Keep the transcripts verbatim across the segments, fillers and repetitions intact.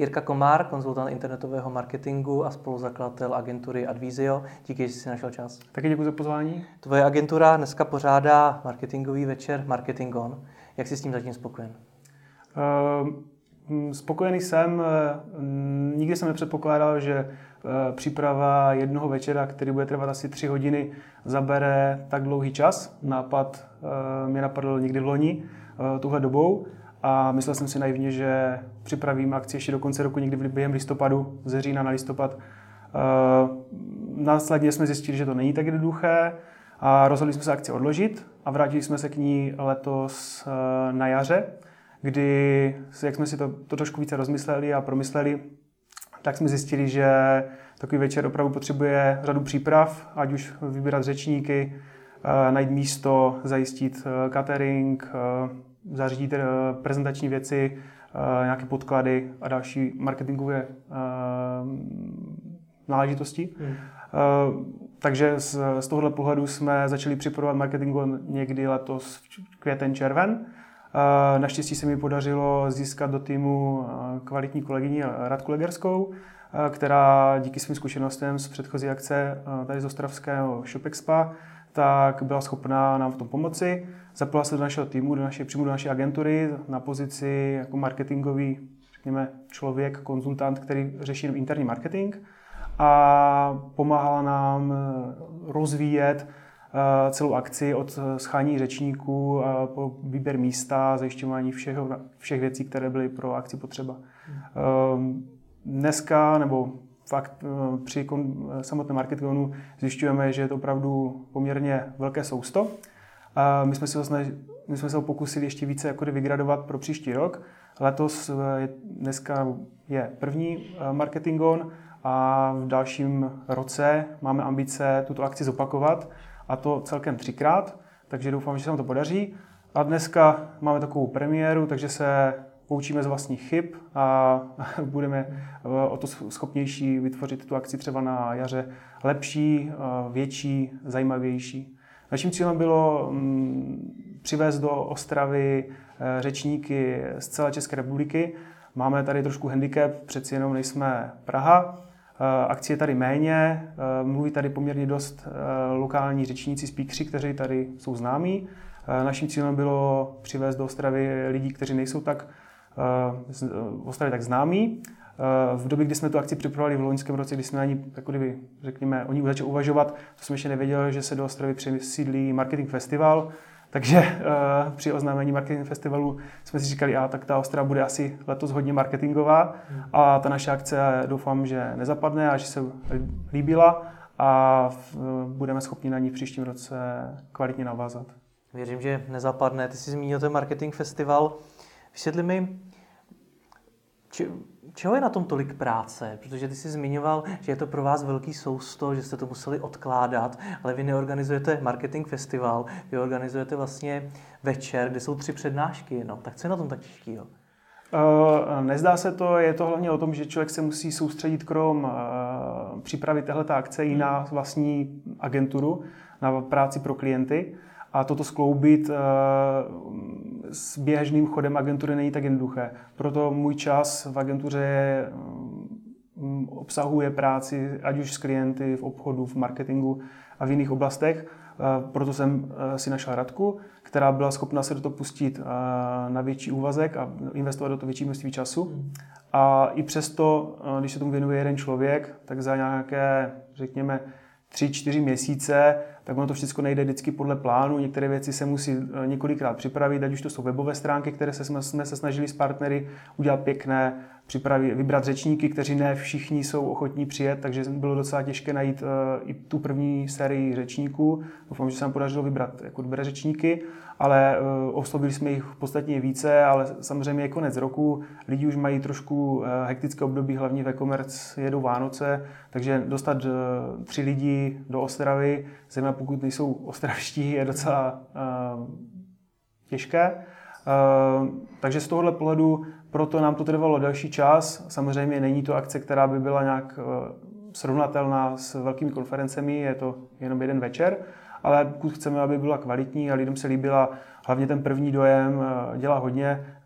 Jirka Komár, konzultant internetového marketingu a spoluzakladatel agentury Advisio. Díky, že jsi našel čas. Taky děkuji za pozvání. Tvoje agentura dneska pořádá marketingový večer Marketing On. Jak jsi s tím zatím spokojen? Uh, spokojený jsem. Nikdy jsem nepředpokládal, že příprava jednoho večera, který bude trvat asi tři hodiny, zabere tak dlouhý čas. Nápad mě napadl někdy v loni, tuhle dobou. A myslel jsem si naivně, že připravím akci ještě do konce roku, někdy během listopadu, ze října na listopad. Následně jsme zjistili, že to není tak jednoduché a rozhodli jsme se akci odložit a vrátili jsme se k ní letos na jaře, kdy, jak jsme si to, to trošku více rozmysleli a promysleli, tak jsme zjistili, že takový večer opravdu potřebuje řadu příprav, ať už vybírat řečníky, najít místo, zajistit catering, zařídit prezentační věci, nějaké podklady a další marketingové náležitosti. Hmm. Takže z, z tohohle pohledu jsme začali připravovat marketingu někdy letos v květen, červen. Naštěstí se mi podařilo získat do týmu kvalitní kolegyni Radku Legerskou, která díky svým zkušenostem z předchozí akce tady z ostravského Shopexpa tak byla schopná nám v tom pomoci. Zapojila se do našeho týmu, do naší, přímo do naší agentury na pozici jako marketingový, řekněme, člověk, konzultant, který řeší interní marketing a pomáhala nám rozvíjet celou akci od schání řečníků po výběr místa, zajišťování všech, všech věcí, které byly pro akci potřeba. Hmm. Dneska, nebo fakt při samotném marketingu zjišťujeme, že je to opravdu poměrně velké sousto. My jsme se ho, snaž, my jsme se ho pokusili ještě více jako vygradovat pro příští rok. Letos je, dneska je první marketingon a v dalším roce máme ambice tuto akci zopakovat, a to celkem třikrát, takže doufám, že se nám to podaří. A dneska máme takovou premiéru, takže se poučíme z vlastních chyb a budeme o to schopnější vytvořit tu akci třeba na jaře lepší, větší, zajímavější. Naším cílem bylo přivést do Ostravy řečníky z celé České republiky. Máme tady trošku handicap, přeci jenom nejsme Praha. Akci je tady méně, mluví tady poměrně dost lokální řečníci, speakři, kteří tady jsou známí. Naším cílem bylo přivést do Ostravy lidi, kteří nejsou tak v Ostravě tak známí. V době, kdy jsme tu akci připravovali v loňském roce, kdy jsme na ní, jako kdyby, řekněme, o ní začali uvažovat, to jsme ještě nevěděli, že se do Ostravy přesídlí Marketing Festival. Takže uh, při oznámení Marketing Festivalu jsme si říkali, a tak ta Ostrava bude asi letos hodně marketingová a ta naše akce doufám, že nezapadne a že se líbila a uh, budeme schopni na ní v příštím roce kvalitně navázat. Věřím, že nezapadne. Ty jsi zmínil ten Marketing Festival. Vysvětli mi, či, čeho je na tom tolik práce? Protože ty jsi zmiňoval, že je to pro vás velký sousto, že jste to museli odkládat, ale vy neorganizujete Marketing Festival, vy organizujete vlastně večer, kde jsou tři přednášky jenom. Tak co je na tom tak těžkýho? Uh, nezdá se to, je to hlavně o tom, že člověk se musí soustředit krom uh, přípravy téhleté akce i na vlastní agenturu, na práci pro klienty. A toto skloubit uh, s běžným chodem agentury není tak jednoduché. Proto můj čas v agentuře um, obsahuje práci ať už s klienty, v obchodu, v marketingu a v jiných oblastech. Uh, proto jsem uh, si našel Radku, která byla schopna se do toho pustit uh, na větší úvazek a investovat do toho větší množství času. A i přesto, uh, když se tomu věnuje jeden člověk, tak za nějaké, řekněme, tři, čtyři měsíce, tak ono to všechno nejde vždycky podle plánu. Některé věci se musí několikrát připravit, ať už to jsou webové stránky, které se, jsme se snažili s partnery udělat pěkné, připravit, vybrat řečníky, kteří ne všichni jsou ochotní přijet, takže bylo docela těžké najít uh, i tu první sérii řečníků. Doufám, že se nám podařilo vybrat jako dobré řečníky, ale uh, oslovili jsme jich podstatně více, ale samozřejmě je konec roku, lidi už mají trošku uh, hektické období, hlavně v e-commerce jedou Vánoce, takže dostat uh, tři lidi do Ostravy, zejména pokud nejsou ostravští, je docela uh, těžké. Uh, takže z tohohle pohledu proto nám to trvalo delší čas. Samozřejmě není to akce, která by byla nějak uh, srovnatelná s velkými konferencemi, je to jenom jeden večer, ale pokud chceme, aby byla kvalitní a lidem se líbila, hlavně ten první dojem uh, dělá hodně.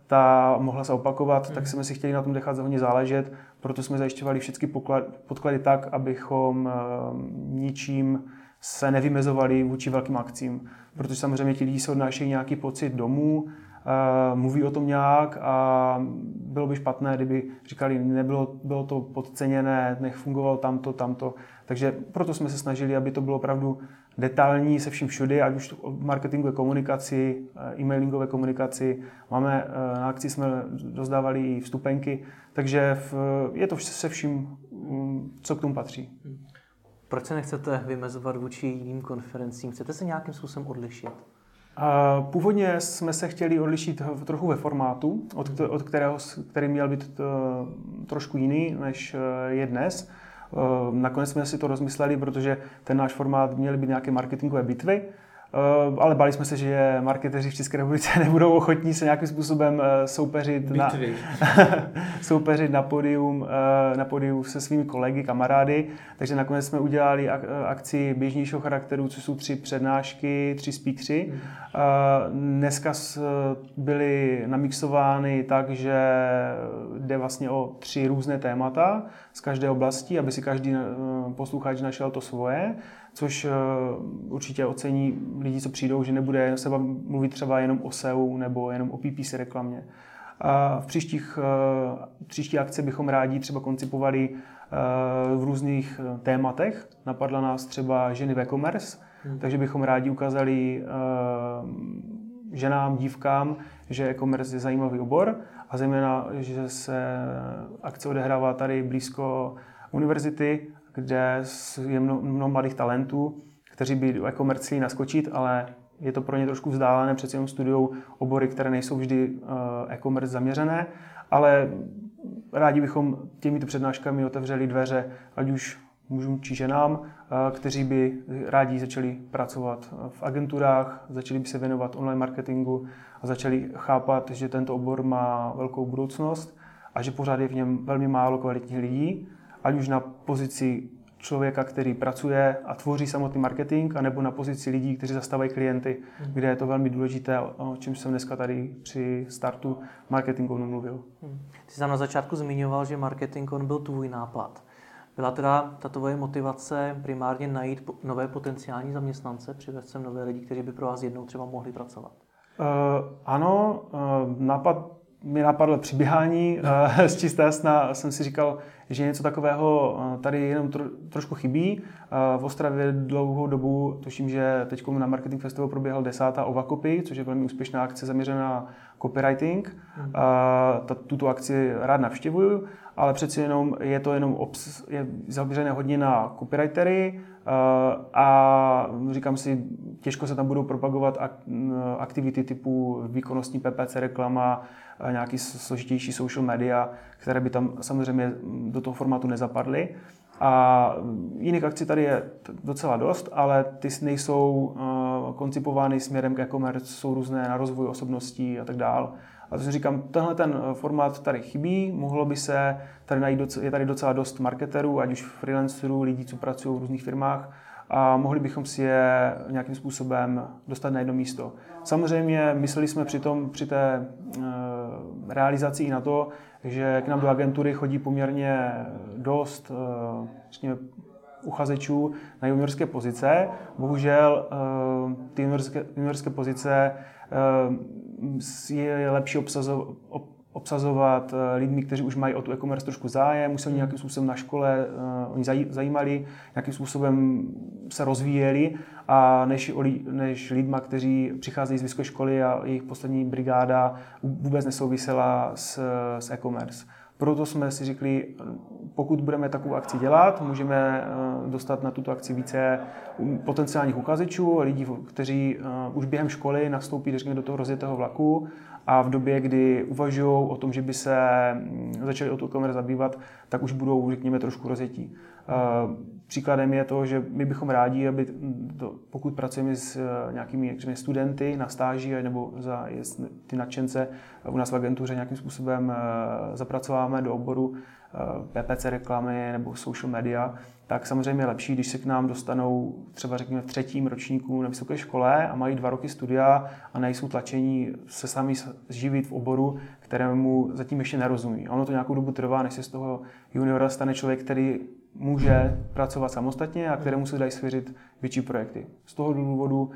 ta mohla se opakovat, hmm. tak jsme si chtěli na tom nechat hodně záležet, proto jsme zajišťovali všechny podklady tak, abychom ničím se nevymezovali vůči velkým akcím. Protože samozřejmě ti lidi se odnášejí nějaký pocit domů, Uh, mluví o tom nějak a bylo by špatné, kdyby říkali, nebylo bylo to podceněné, nech fungovalo tamto, tamto. Takže proto jsme se snažili, aby to bylo opravdu detailní se vším všude, ať už v marketingové komunikaci, e-mailingové komunikaci. Máme, na akci jsme rozdávali i vstupenky, takže v, je to se vším, co k tomu patří. Proč se nechcete vymezovat vůči jiným konferencím? Chcete se nějakým způsobem odlišit? Původně jsme se chtěli odlišit trochu ve formátu, od, od kterého, který měl být trošku jiný, než je dnes. Nakonec jsme si to rozmysleli, protože ten náš formát měly být nějaké marketingové bitvy, ale báli jsme se, že marketeři v České republice nebudou ochotní se nějakým způsobem soupeřit na, soupeřit na pódium, na pódium se svými kolegy, kamarády. Takže nakonec jsme udělali akci běžnějšího charakteru, což jsou tři přednášky, tři speakeři. Dneska byly namixovány tak, že jde vlastně o tři různé témata z každé oblasti, aby si každý posluchač našel to svoje, což určitě ocení lidi, co přijdou, že nebude se mluvit třeba jenom o S E O nebo jenom o P P C reklamě. A v příštích, příští akce bychom rádi třeba koncipovali v různých tématech. Napadla nás třeba ženy v e-commerce, hmm. takže bychom rádi ukázali ženám, dívkám, že e-commerce je zajímavý obor a zejména, že se akce odehrává tady blízko univerzity, kde je mnoho, mnoho mladých talentů, kteří by do e-commerce chtěli naskočit, ale je to pro ně trošku vzdálené, přeci jenom studují obory, které nejsou vždy e-commerce zaměřené, ale rádi bychom těmito přednáškami otevřeli dveře, ať už mužům či ženám, kteří by rádi začali pracovat v agenturách, začali by se věnovat online marketingu a začali chápat, že tento obor má velkou budoucnost a že pořád je v něm velmi málo kvalitních lidí, ať už na pozici člověka, který pracuje a tvoří samotný marketing, anebo na pozici lidí, kteří zastávají klienty, hmm. kde je to velmi důležité, o čem jsem dneska tady při startu marketingu mluvil. Hmm. Ty jsi tam na začátku zmiňoval, že marketing on byl tvůj nápad. Byla teda ta tvoje motivace primárně najít nové potenciální zaměstnance, přivést sem nové lidi, kteří by pro vás jednou třeba mohli pracovat? Uh, ano, uh, nápad mi napadlo při běhání. Z čisté jasna jsem si říkal, že něco takového tady jenom tro, trošku chybí. V Ostravě dlouhou dobu, tuším, že teď na Marketing Festivalu proběhla desátá O V A Copy, což je velmi úspěšná akce zaměřená na copywriting. Hmm. Tuto akci rád navštěvuju, ale přeci jenom je to jenom obs, je zaměřené hodně na copywritery a říkám si, těžko se tam budou propagovat aktivity typu výkonnostní P P C reklama, nějaký složitější social media, které by tam samozřejmě do toho formátu nezapadly. A jiných akcí tady je docela dost, ale ty nejsou koncipovány směrem k e-commerce, jsou různé na rozvoj osobností a tak dál. A to si říkám, tenhle ten formát tady chybí, mohlo by se tady najít, docela, je tady docela dost marketerů, ať už freelancerů, lidí, co pracují v různých firmách, a mohli bychom si je nějakým způsobem dostat na jedno místo. Samozřejmě mysleli jsme při, tom, při té e, realizaci i na to, že k nám do agentury chodí poměrně dost e, uchazečů na juniorské pozice. Bohužel e, ty juniorské, juniorské pozice e, je lepší obsazovat obsazovat lidmi, kteří už mají o tu e-commerce trošku zájem, museli nějakým způsobem na škole, uh, oni zajímali, nějakým způsobem se rozvíjeli, a než, než lidma, kteří přicházejí z vysoké školy a jejich poslední brigáda vůbec nesouvisela s, s e-commerce. Proto jsme si řekli, pokud budeme takovou akci dělat, můžeme dostat na tuto akci více potenciálních uchazečů, lidí, kteří už během školy nastoupí do toho rozjetého vlaku a v době, kdy uvažují o tom, že by se začali o tu e-commerce zabývat, tak už budou, řekněme, trošku rozjetí. Příkladem je to, že my bychom rádi, aby to, pokud pracujeme s nějakými řekněme, studenty na stáži nebo za ty nadšence u nás v agentuře nějakým způsobem zapracováme do oboru P P C reklamy nebo social media, tak samozřejmě je lepší, když se k nám dostanou třeba řekněme v třetím ročníku na vysoké škole a mají dva roky studia a nejsou tlačení se sami živit v oboru, kterému zatím ještě nerozumí. A ono to nějakou dobu trvá, než se z toho juniora stane člověk, který může pracovat samostatně a kterému se dají svěřit větší projekty. Z toho důvodu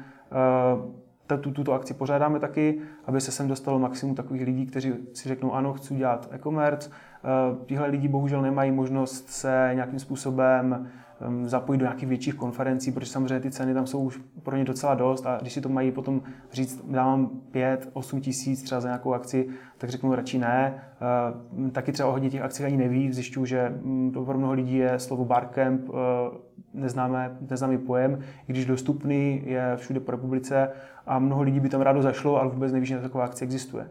uh, tuto akci pořádáme taky, aby se sem dostalo maximum takových lidí, kteří si řeknou, ano, chci dělat e-commerce. Uh, tihle lidi bohužel nemají možnost se nějakým způsobem um, zapojit do nějakých větších konferencí, protože samozřejmě ty ceny tam jsou už pro ně docela dost a když si to mají potom říct, dávám pět, osm tisíc třeba za nějakou akci, tak řeknu radši ne. Uh, taky třeba o hodně těch akcích ani neví, zjišťuju, že um, to pro mnoho lidí je slovo barcamp, uh, neznáme, neznámý pojem, i když dostupný je všude po republice a mnoho lidí by tam rádo zašlo, ale vůbec neví, že taková akce existuje.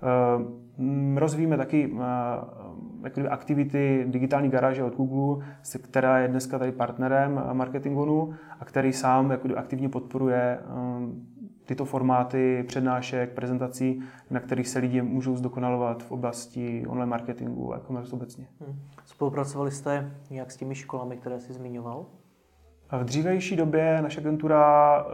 Uh, rozvíjíme taky uh, aktivity digitální garáže od Google, která je dneska tady partnerem Marketingonu a který sám jako aktivně podporuje um, tyto formáty přednášek, prezentací, na kterých se lidi můžou zdokonalovat v oblasti online marketingu a e-commerce obecně. Hmm. Spolupracovali jste nějak s těmi školami, které jsi zmiňoval? V dřívější době naše agentura uh,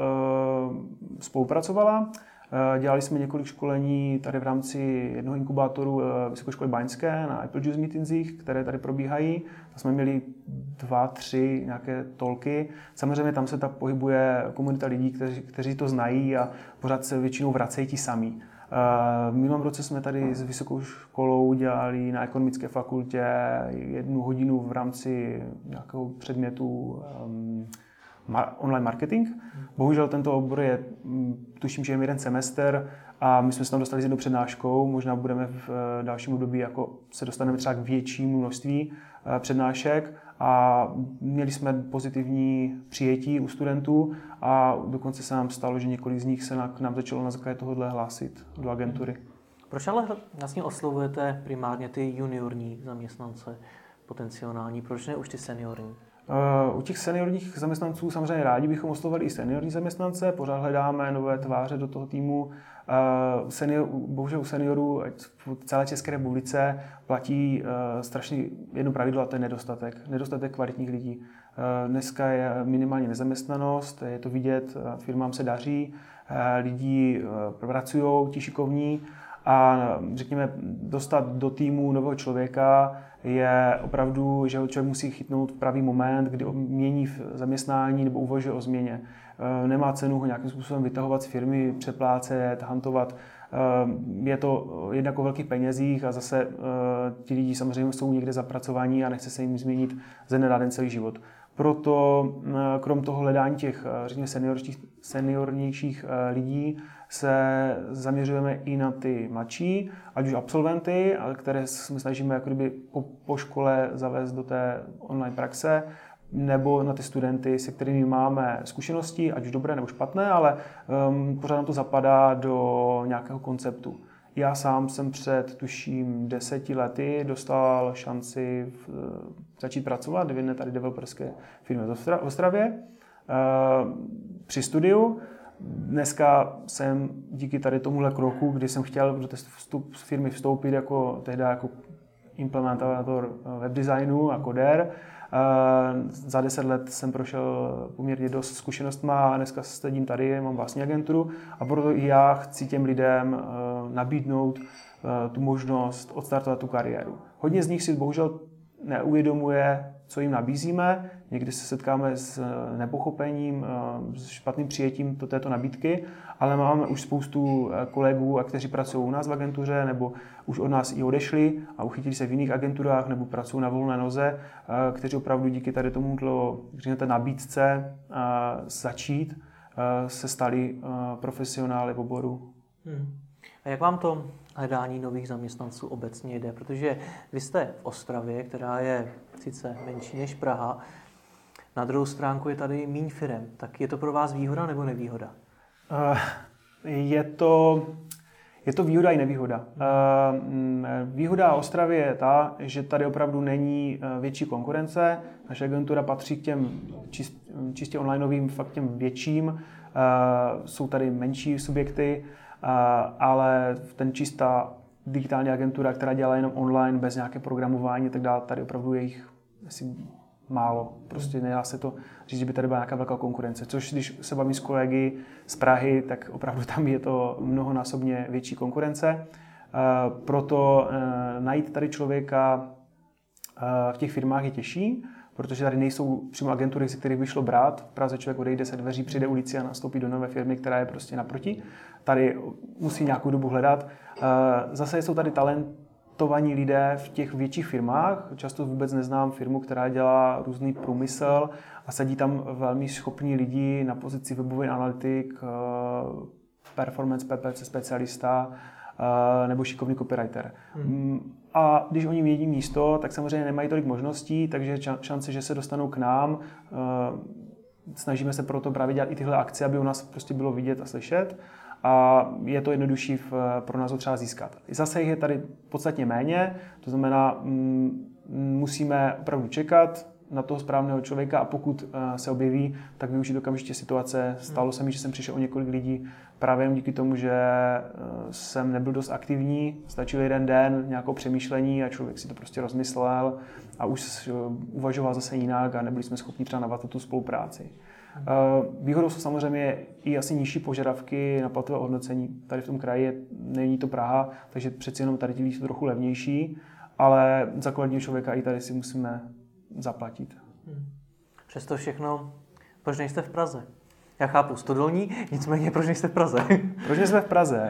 spolupracovala. Dělali jsme několik školení tady v rámci jednoho inkubátoru Vysoké školy Báňské na Apple Juice Meetingsích, které tady probíhají. Tam jsme měli dva, tři nějaké tolky. Samozřejmě tam se ta pohybuje komunita lidí, kteří, kteří to znají a pořád se většinou vracejí ti samí. V minulém roce jsme tady s vysokou školou dělali na ekonomické fakultě jednu hodinu v rámci nějakého předmětu um, online marketing. Bohužel tento obor je, tuším, že je jeden semestr a my jsme se tam dostali s jednou přednáškou, možná budeme v dalším období, jako se dostaneme třeba k většímu množství přednášek a měli jsme pozitivní přijetí u studentů a dokonce se nám stalo, že několik z nich se k nám začalo na základě tohohle hlásit do agentury. Proč ale vlastně oslovujete primárně ty juniorní zaměstnance potenciální, proč ne už ty seniorní? U těch seniorních zaměstnanců samozřejmě rádi bychom oslovili i seniorní zaměstnance, pořád hledáme nové tváře do toho týmu. Senior, bohužel u seniorů v celé České republice platí strašně jedno pravidlo a to je nedostatek. Nedostatek kvalitních lidí. Dneska je minimální nezaměstnanost, je to vidět, firmám se daří, lidi pracují, ti šikovní a řekněme dostat do týmu nového člověka je opravdu, že ho člověk musí chytnout v pravý moment, kdy mění zaměstnání nebo uvažuje o změně. Nemá cenu ho nějakým způsobem vytahovat z firmy, přeplácet, hantovat. Je to jednak o velkých penězích a zase ti lidi samozřejmě jsou někde zapracovaní a nechce se jim změnit ze dne na den celý život. Proto krom toho hledání těch řekněme, seniornějších lidí se zaměřujeme i na ty mladší, ať už absolventy, které se snažíme jako kdyby po, po škole zavést do té online praxe, nebo na ty studenty, se kterými máme zkušenosti, ať už dobré nebo špatné, ale um, pořád nám to zapadá do nějakého konceptu. Já sám jsem před, tuším, deseti lety dostal šanci v, začít pracovat v jedné tady developerské firmě v Ostravě uh, při studiu. Dneska jsem díky tady tomuhle kroku, kdy jsem chtěl do té firmy vstoupit jako, tehdy jako implementátor webdesignu a kodér. Za deset let jsem prošel poměrně dost zkušenostma a dneska sedím tady, mám vlastní agenturu a proto i já chci těm lidem nabídnout tu možnost odstartovat tu kariéru. Hodně z nich si bohužel neuvědomuje, co jim nabízíme. Někdy se setkáme s nepochopením, s špatným přijetím do této nabídky, ale máme už spoustu kolegů, kteří pracují u nás v agentuře nebo už od nás i odešli a uchytili se v jiných agenturách nebo pracují na volné noze, kteří opravdu díky tady tomuto nabídce začít se stali profesionály v oboru. Hmm. A jak vám to hledání nových zaměstnanců obecně jde? Protože vy jste v Ostravě, která je sice menší než Praha, na druhou stránku je tady míň firem. Tak je to pro vás výhoda nebo nevýhoda? Je to, Je to výhoda i nevýhoda. Výhoda Ostravy je ta, že tady opravdu není větší konkurence. Naše agentura patří k těm čist, čistě onlineovým, fakt těm větším. Jsou tady menší subjekty, ale ten čistá digitální agentura, která dělá jenom online, bez nějaké programování a tak dále, tady opravdu je jich asi málo. Prostě nedá se to říct, že by tady byla nějaká velká konkurence. Což když se bavím s kolegy z Prahy, tak opravdu tam je to mnohonásobně větší konkurence. Proto najít tady člověka v těch firmách je těžší, protože tady nejsou přímo agentury, ze kterých by šlo brát. V Praze člověk odejde se dveří, přijde ulici a nastoupí do nové firmy, která je prostě naproti. Tady musí nějakou dobu hledat. Zase jsou tady talentovaní lidé v těch větších firmách. Často vůbec neznám firmu, která dělá různý průmysl a sedí tam velmi schopní lidi na pozici webový analytik, performance P P C specialista nebo šikovný copywriter. Hmm. A když oni vědí místo, tak samozřejmě nemají tolik možností, takže šance, že se dostanou k nám. Snažíme se proto právě dělat i tyhle akce, aby u nás prostě bylo vidět a slyšet. A je to jednodušší v, pro nás ho třeba získat. Zase jich je tady podstatně méně, to znamená, m, musíme opravdu čekat na toho správného člověka a pokud uh, se objeví, tak využít okamžitě situace. Stalo se mi, že jsem přišel o několik lidí právě jen díky tomu, že uh, jsem nebyl dost aktivní, stačil jeden den nějakou přemýšlení a člověk si to prostě rozmyslel a už uh, uvažoval zase jinak a nebyli jsme schopni třeba navázat tu spolupráci. Výhodou jsou samozřejmě i asi nižší požadavky na platové hodnocení. Tady v tom kraji je, není to Praha, takže přeci jenom tady ti lidi jsou trochu levnější, ale za kvalitního člověka i tady si musíme zaplatit. Hmm. Přesto všechno, proč nejste v Praze? Já chápu Stodolní, nicméně proč nejste v Praze? Proč nejsme v Praze?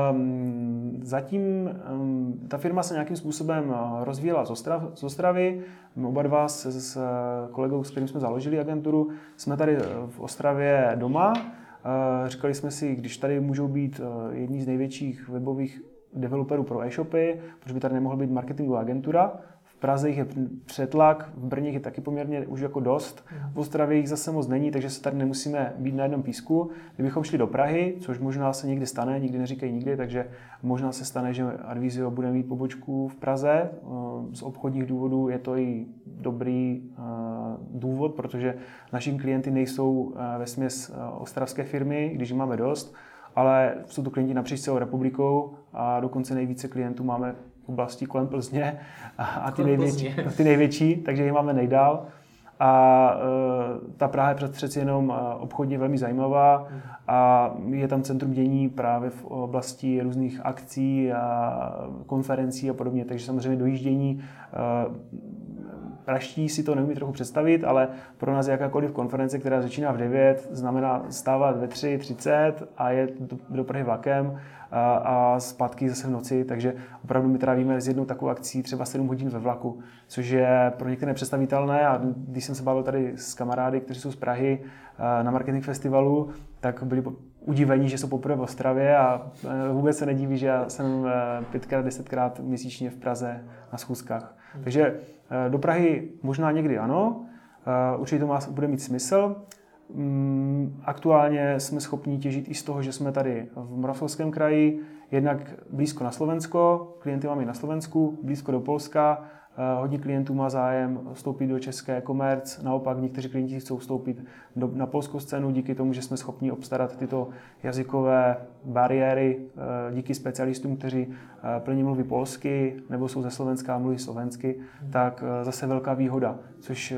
Zatím ta firma se nějakým způsobem rozvíjela z, Ostrav, z Ostravy. My oba dva s, s kolegou, s kterým jsme založili agenturu, jsme tady v Ostravě doma. Říkali jsme si, když tady můžou být jedni z největších webových developerů pro e-shopy, proč by tady nemohla být marketingová agentura. V Praze jich je přetlak, v Brně je taky poměrně už jako dost, v Ostravě jich zase moc není, takže se tady nemusíme být na jednom písku. Kdybychom šli do Prahy, což možná se někdy stane, nikdy neříkají nikdy, takže možná se stane, že Advisio bude mít pobočku v Praze. Z obchodních důvodů je to i dobrý důvod, protože naši klienty nejsou vesměs ostravské firmy, když jich máme dost, ale jsou to klienti napříč celou republikou a dokonce nejvíce klientů máme v oblasti kolem Plzně a ty největší, ty největší, takže je máme nejdál. A e, ta Praha je přeci jenom obchodně velmi zajímavá a je tam centrum dění právě v oblasti různých akcí a konferencí a podobně, takže samozřejmě dojíždění e, praští si to neumí trochu představit, ale pro nás jakákoliv konference, která začíná v devět, znamená stávat ve tři třicet a jet do, do Prahy vlakem a, a zpátky zase v noci, takže opravdu my trávíme s jednou takovou akcí třeba sedm hodin ve vlaku, což je pro některé nepředstavitelné a když jsem se bavil tady s kamarády, kteří jsou z Prahy na marketing festivalu, tak byli udivení, že jsou poprvé v Ostravě a vůbec se nedíví, že já jsem pětkrát, desetkrát měsíčně v Praze na schůzkách. Hmm. Takže do Prahy možná někdy ano, určitě to má, bude mít smysl. Aktuálně jsme schopni těžit i z toho, že jsme tady v Moravskoslezském kraji, jednak blízko na Slovensko, klienty máme i na Slovensku, blízko do Polska, hodně klientů má zájem vstoupit do české e-commerce, naopak někteří klienti chcou vstoupit do, na polskou scénu díky tomu, že jsme schopni obstarat tyto jazykové bariéry díky specialistům, kteří plně mluví polsky nebo jsou ze Slovenska a mluví slovensky, tak zase velká výhoda, což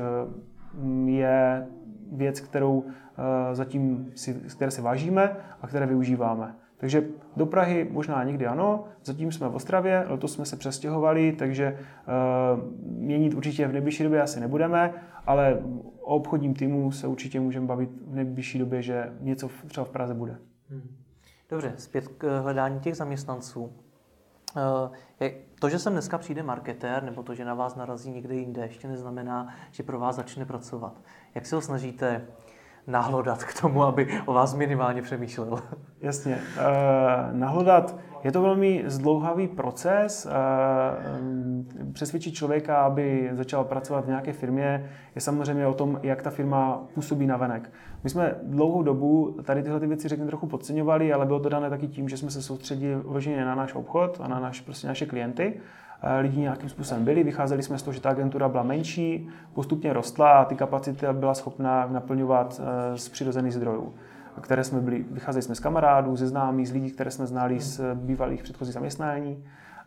je věc, kterou zatím si, které si vážíme a které využíváme. Takže do Prahy možná někdy ano, zatím jsme v Ostravě, letos jsme se přestěhovali, takže uh, měnit určitě v nejbližší době asi nebudeme, ale o obchodním týmu se určitě můžeme bavit v nejbližší době, že něco třeba v Praze bude. Dobře, zpět k hledání těch zaměstnanců. Uh, to, že sem dneska přijde marketér, nebo to, že na vás narazí někde jinde, ještě neznamená, že pro vás začne pracovat. Jak se ho snažíte nahlodat k tomu, aby o vás minimálně přemýšlel? Jasně. E, nahlodat, je to velmi zdlouhavý proces. E, přesvědčit člověka, aby začal pracovat v nějaké firmě, je samozřejmě o tom, jak ta firma působí navenek. My jsme dlouhou dobu tady tyhle ty věci, řekněme, trochu podceňovali, ale bylo to dané taky tím, že jsme se soustředili vyloženě na náš obchod a na naš, prostě naše klienty. Lidi nějakým způsobem byli, vycházeli jsme z toho, že ta agentura byla menší, postupně rostla a ty kapacity byla schopná naplňovat z přirozených zdrojů, které jsme byli, vycházeli jsme z kamarádů, ze známých, z lidí, které jsme znali z bývalých předchozích zaměstnání.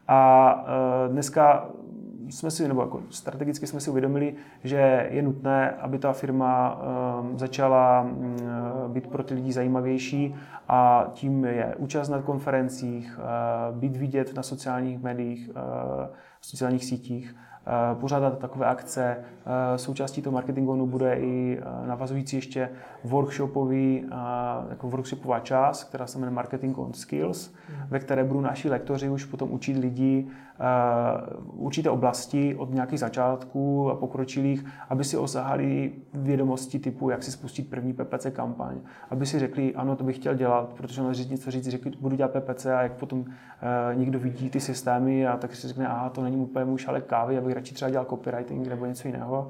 A dneska jsme si, nebo jako strategicky jsme si uvědomili, že je nutné, aby ta firma začala být pro ty lidi zajímavější a tím je účast na konferencích, být vidět na sociálních médiích, sociálních sítích, pořádat takové akce. Součástí toho marketingu bude i navazující ještě workshopový, jako workshopová část, která se jmenuje Marketing on Skills, ve které budou naši lektoři už potom učit lidi určité oblasti od nějakých začátků a pokročilých, aby si osahali vědomosti typu, jak si spustit první P P C kampaň, aby si řekli, ano, to bych chtěl dělat, protože on říct něco říct, řekli, budu dělat P P C a jak potom někdo vidí ty systémy a tak si řekne, aha, to není úplně můj šálek kávy, abych radši třeba dělal copywriting nebo něco jiného.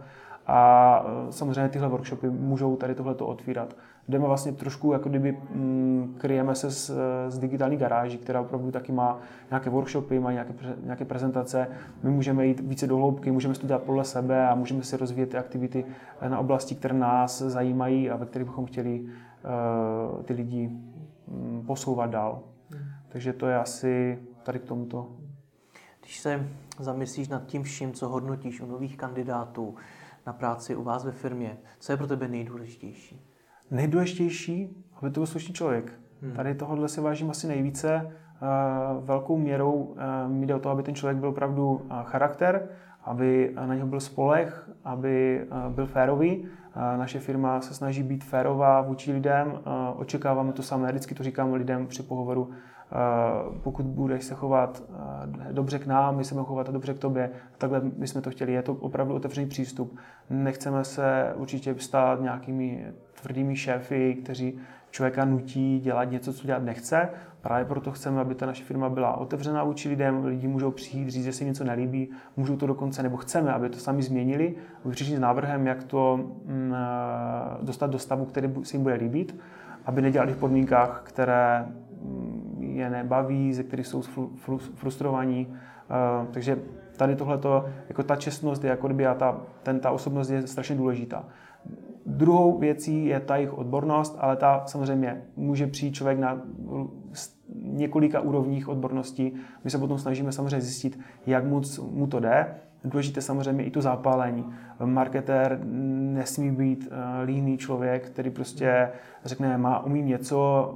A samozřejmě tyhle workshopy můžou tady tohleto otvírat. Jdeme vlastně trošku, jako kdyby mm, kryjeme se z, z digitální garáží, která opravdu taky má nějaké workshopy, má nějaké, nějaké prezentace. My můžeme jít více do hloubky, můžeme si to dělat podle sebe a můžeme si rozvíjet ty aktivity na oblasti, které nás zajímají a ve kterých bychom chtěli uh, ty lidi um, posouvat dál. Hmm. Takže to je asi tady k tomuto. Když se zamyslíš nad tím vším, co hodnotíš u nových kandidátů na práci u vás ve firmě, co je pro tebe nejdůležitější? Nejdůležitější, aby to byl slušný člověk. Hmm. Tady tohohle si vážím asi nejvíce. Velkou měrou mi jde o to, aby ten člověk byl opravdu charakter, aby na něho byl spoleh, aby byl férový. Naše firma se snaží být férová vůči lidem. Očekáváme to samé, vždycky to říkám lidem při pohovoru. Pokud budeš se chovat dobře k nám, my se budeme chovat dobře k tobě. Takhle my jsme to chtěli. Je to opravdu otevřený přístup. Nechceme se určitě stát nějakými tvrdými šéfy, kteří člověka nutí dělat něco, co dělat nechce. Právě proto chceme, aby ta naše firma byla otevřená vůči lidem. Lidi můžou přijít, říct, že se jim něco nelíbí, můžou to dokonce, nebo chceme, aby to sami změnili, aby přišli s návrhem, jak to mm, dostat do stavu, který se jim bude líbit, aby nedělali v podmínkách, které je nebaví, ze kterých jsou frustrovaní. Uh, takže tady tohleto, jako ta čestnost je jako kdyby a ta, ten, ta osobnost je strašně důležitá. Druhou věcí je ta jejich odbornost, ale ta samozřejmě může přijít člověk na několika úrovních odborností. My se potom snažíme samozřejmě zjistit, jak moc mu to jde. Důležité samozřejmě i to zapálení. Marketér nesmí být líný člověk, který prostě řekne, má, umím něco,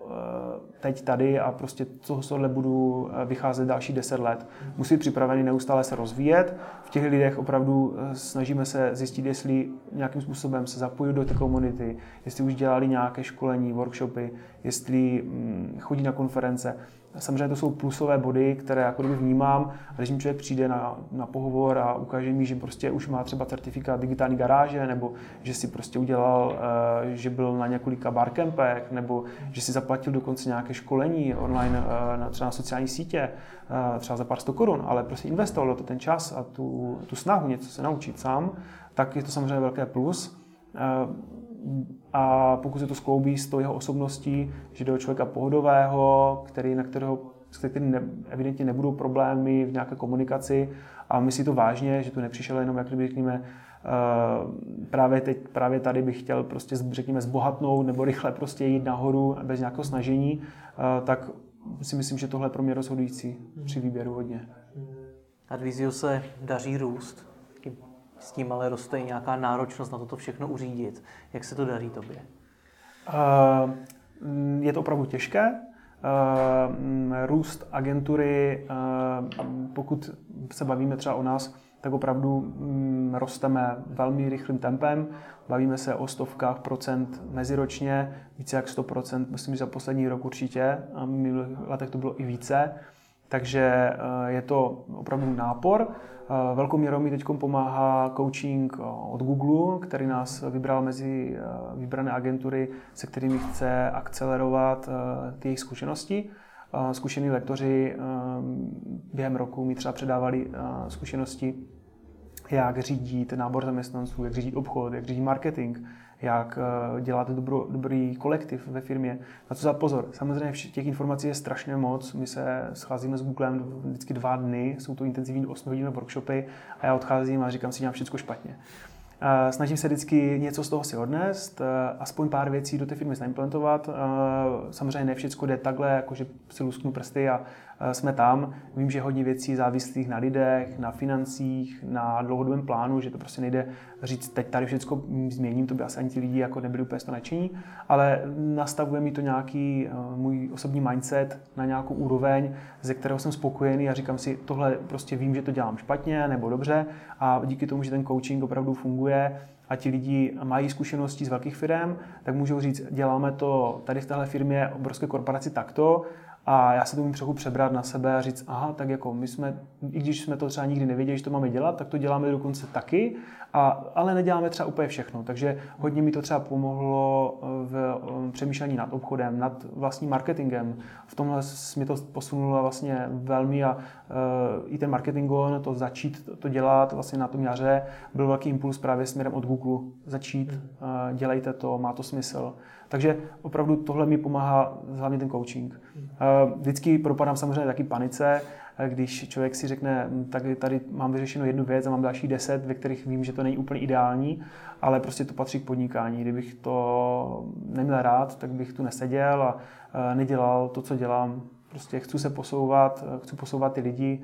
teď tady a prostě z tohohle budu vycházet další deset let. Musí být připravený neustále se rozvíjet. V těch lidech opravdu snažíme se zjistit, jestli nějakým způsobem se zapojí do té komunity, jestli už dělali nějaké školení, workshopy, jestli chodí na konference. Samozřejmě to jsou plusové body, které jako kdyby vnímám. Když mi člověk přijde na, na pohovor a ukáže mi, že prostě už má třeba certifikát digitální garáže, nebo že si prostě udělal, že byl na několika barcampech, nebo že si zaplatil dokonce nějaké školení online třeba na sociální sítě, třeba za pár sto korun, ale prostě investoval do to ten čas a tu, tu snahu něco se naučit sám, tak je to samozřejmě velké plus. A pokud se to skloubí s tou jeho osobností, že do člověka pohodového, který, na kterého, s kterým ne, evidentně nebudou problémy v nějaké komunikaci a myslí to vážně, že tu nepřišel jenom, jak kdyby řekněme, právě, teď, právě tady bych chtěl prostě, řekněme, zbohatnout nebo rychle prostě jít nahoru bez nějakého snažení, tak si myslím, že tohle je pro mě rozhodující při výběru hodně. Advisio se daří růst. S tím ale roste i nějaká náročnost na toto všechno uřídit. Jak se to daří tobě? Uh, je to opravdu těžké. Uh, růst agentury, uh, pokud se bavíme třeba o nás, tak opravdu um, rosteme velmi rychlým tempem. Bavíme se o stovkách procent meziročně, více jak sto procent, myslím, že za poslední rok určitě. A v minulých letech to bylo i více. Takže je to opravdu nápor. Velkou měrou mi teď pomáhá coaching od Google, který nás vybral mezi vybrané agentury, se kterými chce akcelerovat ty jejich zkušenosti. Zkušení lektoři během roku mi třeba předávali zkušenosti, jak řídit nábor zaměstnanců, jak řídit obchod, jak řídit marketing, jak dělat dobro, dobrý kolektiv ve firmě. Na co za pozor. Samozřejmě těch informací je strašně moc. My se scházíme s Googlem vždycky dva dny, jsou to intenzivní osmihodinové workshopy a já odcházím a říkám si, dělám všechno špatně. Snažím se vždycky něco z toho si odnést, aspoň pár věcí do té firmy zaimplementovat. Samozřejmě ne všechno jde takhle, jakože si lusknu prsty a jsme tam. Vím, že hodně věcí závislých na lidech, na financích, na dlouhodobém plánu, že to prostě nejde říct, teď tady všechno změním, to by asi ani ti lidi jako nebyli úplně nadšení, ale nastavuje mi to nějaký můj osobní mindset na nějakou úroveň, ze kterého jsem spokojený a říkám si, tohle prostě vím, že to dělám špatně nebo dobře a díky tomu, že ten coaching opravdu funguje a ti lidi mají zkušenosti z velkých firm, tak můžou říct, děláme to tady v téhle firmě, obrovské korporaci takto, a já se to můžu trochu přebrat na sebe a říct, aha, tak jako my jsme, i když jsme to třeba nikdy nevěděli, že to máme dělat, tak to děláme dokonce taky, a, ale neděláme třeba úplně všechno. Takže hodně mi to třeba pomohlo v přemýšlení nad obchodem, nad vlastním marketingem. V tomhle mi to posunulo vlastně velmi a uh, i ten marketing, to začít to dělat vlastně na tom jaře, byl velký impuls právě směrem od Google. Začít, uh, dělejte to, má to smysl. Takže opravdu tohle mi pomáhá hlavně ten coaching. Vždycky propadám samozřejmě taky panice, když člověk si řekne, tak tady mám vyřešeno jednu věc a mám další deset, ve kterých vím, že to není úplně ideální, ale prostě to patří k podnikání. Kdybych to neměl rád, tak bych tu neseděl a nedělal to, co dělám. Prostě chci se posouvat, chci posouvat ty lidi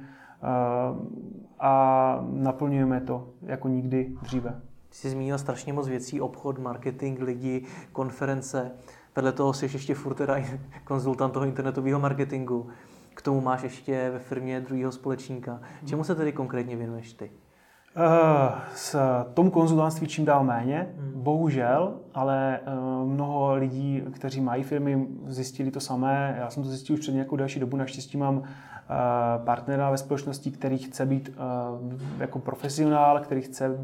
a naplňujeme to jako nikdy dříve. Ty jsi zmínil strašně moc věcí, obchod, marketing, lidi, konference. Vedle toho jsi ještě furt teda konzultant toho internetového marketingu. K tomu máš ještě ve firmě druhého společníka. Čemu se tedy konkrétně věnuješ ty? Uh, s tomu konzultantství čím dál méně, hmm. bohužel, ale uh, mnoho lidí, kteří mají firmy, zjistili to samé. Já jsem to zjistil už před nějakou další dobu. Naštěstí mám uh, partnera ve společnosti, který chce být uh, jako profesionál, který chce uh,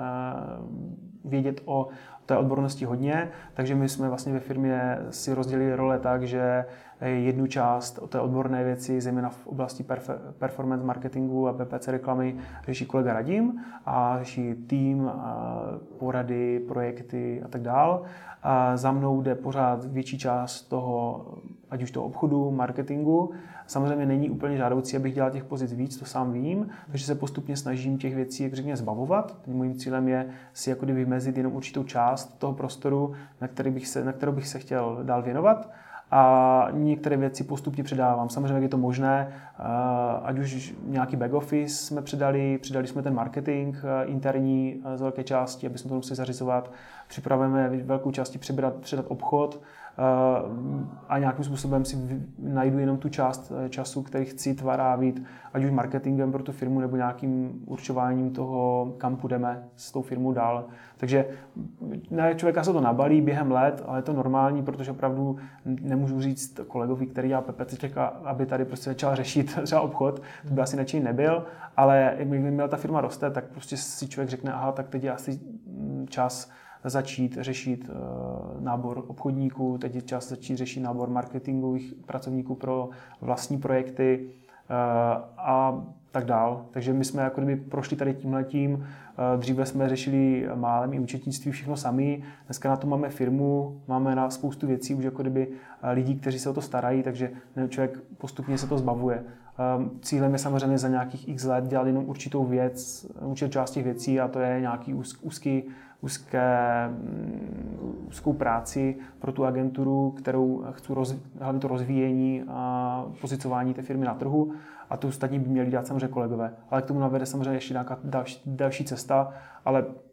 vědět o té odbornosti hodně, takže my jsme vlastně ve firmě si rozdělili role tak, že jednu část o té odborné věci, zejména v oblasti perf- performance marketingu a P P C reklamy, řeší kolega Radim a řeší tým, a porady, projekty a tak dál. A za mnou jde pořád větší část toho, ať už toho obchodu, marketingu. Samozřejmě není úplně žádoucí, abych dělal těch pozic víc, to sám vím, takže se postupně snažím těch věcí, jak řekněme, zbavovat. Mojím cílem je si jako kdyby vymezit jenom určitou část toho prostoru, na, který bych se, na kterou bych se chtěl dál věnovat. A některé věci postupně předávám. Samozřejmě, jak je to možné, ať už nějaký back office jsme předali, přidali jsme ten marketing interní z velké části, aby jsme to museli zařizovat. Připravujeme velkou části předat, předat obchod a nějakým způsobem si najdu jenom tu část času, který chci tvarávit, ať už marketingem pro tu firmu nebo nějakým určováním toho, kam půjdeme s tou firmou dál. Takže na člověka se to nabalí během let, ale je to normální, protože opravdu nemůžu říct kolegovi, který dělá PPCček, aby tady prostě začal řešit třeba obchod, to by asi nadšený nebyl, ale jakmile ta firma roste, tak prostě si člověk řekne, aha, tak teď je asi čas začít řešit nábor obchodníků, teď je čas začít řešit nábor marketingových pracovníků pro vlastní projekty a tak dál. Takže my jsme jako kdyby prošli tady tímhletím. Dříve jsme řešili málem i účetnictví, všechno sami. Dneska na to máme firmu, máme na spoustu věcí už jako kdyby lidí, kteří se o to starají, takže člověk postupně se to zbavuje. Cílem je samozřejmě za nějakých x let dělat jenom určitou věc, určitou část těch věcí a to je nějaký úzký, úzké, úzkou práci pro tu agenturu, kterou chci rozvíjet, hlavně to rozvíjení a pozicování té firmy na trhu. A to ostatní by měli dělat samozřejmě kolegové. Ale k tomu navede samozřejmě ještě nějaká další, další cesta, ale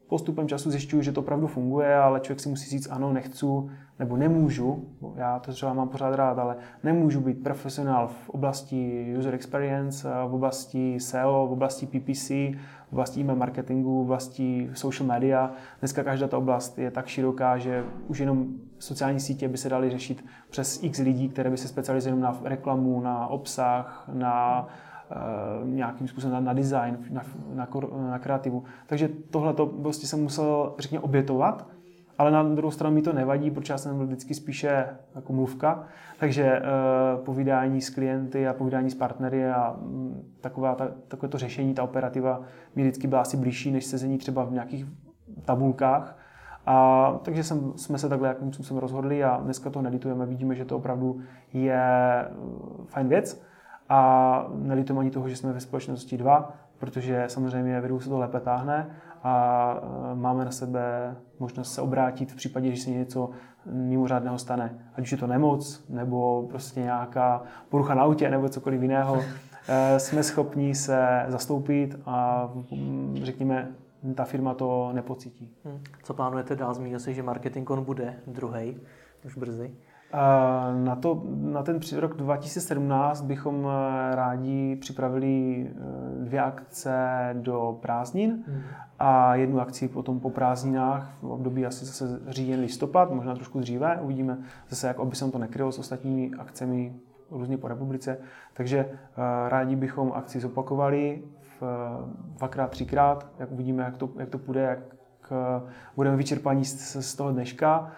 postupem času zjišťuju, že to opravdu funguje, ale člověk si musí říct ano, nechci, nebo nemůžu, já to třeba mám pořád rád, ale nemůžu být profesionál v oblasti user experience, v oblasti S E O, v oblasti P P C, v oblasti e-mail marketingu, v oblasti social media. Dneska každá ta oblast je tak široká, že už jenom sociální sítě by se daly řešit přes x lidí, které by se specializovaly na reklamu, na obsah, na uh, nějakým způsobem na, na design, na, na, na kreativu. Takže tohle to prostě jsem musel, řekněme, obětovat, ale na druhou stranu mi to nevadí, protože já jsem byl vždycky spíše jako mluvka, takže uh, povídání s klienty a povídání s partnery a um, taková ta, takové to řešení, ta operativa mi vždycky byla asi blížší, než sezení třeba v nějakých tabulkách. A takže jsem, jsme se takhle jakým způsobem rozhodli a dneska to nelitujeme, vidíme, že to opravdu je fajn věc a nelitujeme ani toho, že jsme ve společnosti dva, protože samozřejmě vedou se to lépe táhne a máme na sebe možnost se obrátit v případě, že se něco mimořádného stane. Ať už je to nemoc, nebo prostě nějaká porucha na autě, nebo cokoliv jiného, jsme schopni se zastoupit a řekněme, ta firma to nepocítí. Hmm. Co plánujete dál? Zmínil jsi, že Marketing On bude druhý, už brzy. Na, to, na ten rok dva tisíce sedmnáct bychom rádi připravili dvě akce do prázdnin hmm. a jednu akci potom po prázdninách v období asi zase říjen, listopad, možná trošku dříve. Uvidíme zase, jak aby se to nekrylo s ostatními akcemi různě po republice. Takže rádi bychom akci zopakovali dvakrát, třikrát, jak uvidíme, jak to, jak to půjde, jak budeme vyčerpaní z, z toho dneška.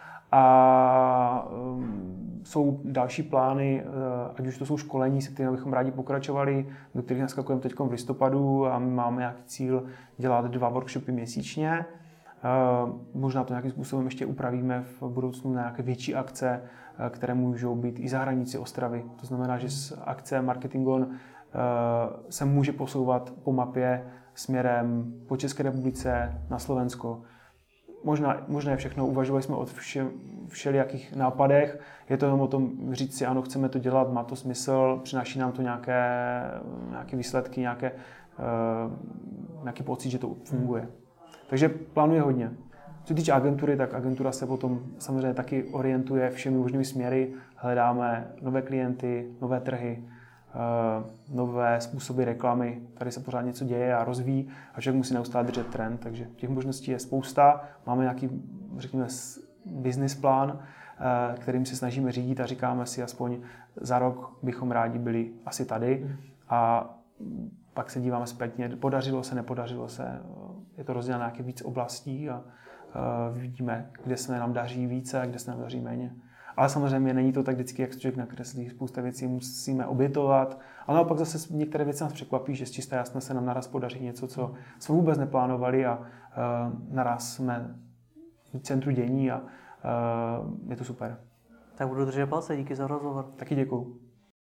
A um, jsou další plány, uh, ať už to jsou školení, se kterými bychom rádi pokračovali, do kterých naskakujeme teď v listopadu a my máme nějaký cíl dělat dva workshopy měsíčně. Uh, možná to nějakým způsobem ještě upravíme v budoucnu na nějaké větší akce, uh, které můžou být i za hranici Ostravy. To znamená, že z akce Marketing On uh, se může posouvat po mapě směrem po České republice na Slovensko. Možná, možná je všechno, uvažovali jsme o vše, všelijakých nápadech, je to jenom o tom říct si, ano, chceme to dělat, má to smysl, přináší nám to nějaké, nějaké výsledky, nějaké, uh, nějaký pocit, že to funguje. Takže plánuje hodně. Co se týče agentury, tak agentura se potom samozřejmě taky orientuje všemi možnými směry, hledáme nové klienty, nové trhy, Uh, nové způsoby reklamy, tady se pořád něco děje a rozvíjí a člověk musí neustále držet trend, takže těch možností je spousta. Máme nějaký, řekněme, business plán, uh, kterým se snažíme řídit a říkáme si aspoň za rok bychom rádi byli asi tady a pak se díváme zpětně, podařilo se, nepodařilo se, je to rozděleno na nějaké víc oblastí a uh, vidíme, kde se nám daří více a kde se nám daří méně. Ale samozřejmě není to tak vždycky, jak člověk nakreslí. Spousta věcí musíme obětovat. Ale naopak zase některé věci nás překvapí, že z čisté jasné se nám naraz podaří něco, co jsme vůbec neplánovali a uh, naraz jsme v centru dění a uh, je to super. Tak budu držet palce, díky za rozhovor. Taky děkuju.